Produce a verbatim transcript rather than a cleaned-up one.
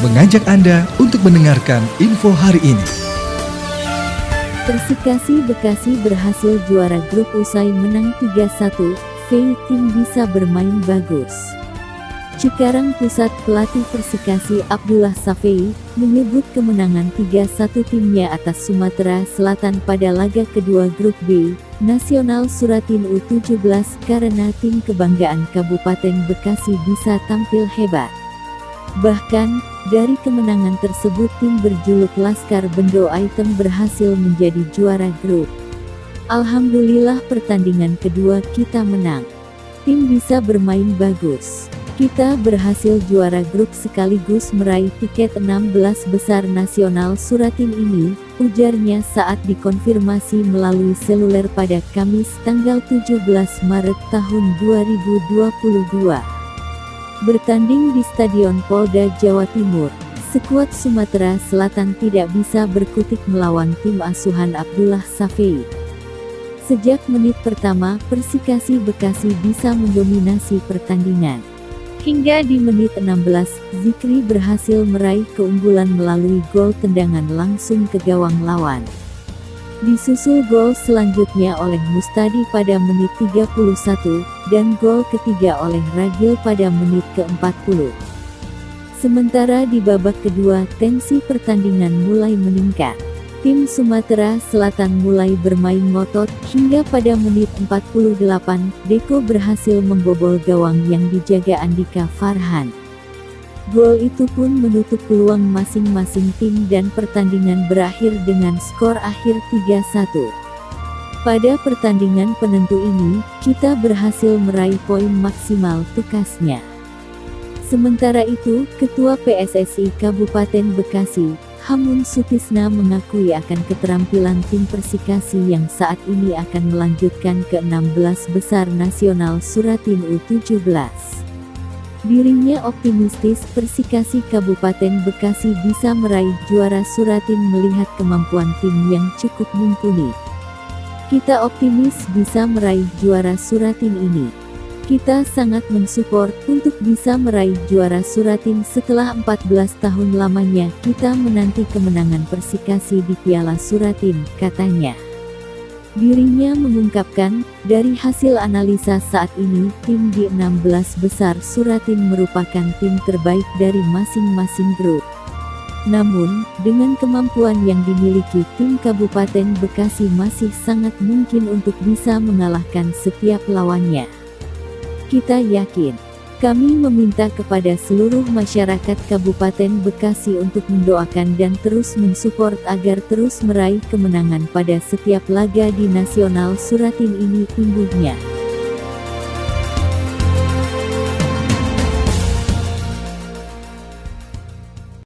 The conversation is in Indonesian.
mengajak Anda untuk mendengarkan info hari ini. Persikasi Bekasi berhasil juara grup usai menang tiga satu, V tim bisa bermain bagus. Cikarang Pusat pelatih Persikasi Abdullah Safei menyebut kemenangan tiga satu timnya atas Sumatera Selatan pada laga kedua grup B, Nasional Suratin U tujuh belas karena tim kebanggaan Kabupaten Bekasi bisa tampil hebat. Bahkan, dari kemenangan tersebut tim berjuluk Laskar Bendo Item berhasil menjadi juara grup. Alhamdulillah pertandingan kedua kita menang. Tim bisa bermain bagus. Kita berhasil juara grup sekaligus meraih tiket enam belas besar Nasional Suratin ini, ujarnya saat dikonfirmasi melalui seluler pada Kamis tanggal tujuh belas Maret tahun dua ribu dua puluh dua. Bertanding di Stadion Polda Jawa Timur, skuad Sumatera Selatan tidak bisa berkutik melawan tim asuhan Abdullah Safei. Sejak menit pertama, Persikasi Bekasi bisa mendominasi pertandingan. Hingga di menit enam belas, Zikri berhasil meraih keunggulan melalui gol tendangan langsung ke gawang lawan. Disusul gol selanjutnya oleh Mustadi pada menit tiga puluh satu, dan gol ketiga oleh Ragil pada menit ke empat puluh. Sementara di babak kedua, tensi pertandingan mulai meningkat. Tim Sumatera Selatan mulai bermain ngotot, hingga pada menit empat puluh delapan, Deko berhasil membobol gawang yang dijaga Andika Farhan. Gol itu pun menutup peluang masing-masing tim dan pertandingan berakhir dengan skor akhir tiga satu. Pada pertandingan penentu ini, kita berhasil meraih poin maksimal tukasnya. Sementara itu, Ketua P S S I Kabupaten Bekasi, Hamun Sutisna mengakui akan keterampilan tim Persikasi yang saat ini akan melanjutkan ke enam belas besar Nasional Suratin U tujuh belas. Dirinya optimistis Persikasi Kabupaten Bekasi bisa meraih juara Suratin melihat kemampuan tim yang cukup mumpuni. Kita optimis bisa meraih juara Suratin ini. Kita sangat mensupport untuk bisa meraih juara Suratin setelah empat belas tahun lamanya kita menanti kemenangan Persikasi di Piala Suratin, katanya. Dirinya mengungkapkan, dari hasil analisa saat ini, tim di enam belas besar Suratin merupakan tim terbaik dari masing-masing grup. Namun, dengan kemampuan yang dimiliki tim Kabupaten Bekasi masih sangat mungkin untuk bisa mengalahkan setiap lawannya. Kita yakin. Kami meminta kepada seluruh masyarakat Kabupaten Bekasi untuk mendoakan dan terus mensupport agar terus meraih kemenangan pada setiap laga di Nasional Suratin ini, imbuhnya.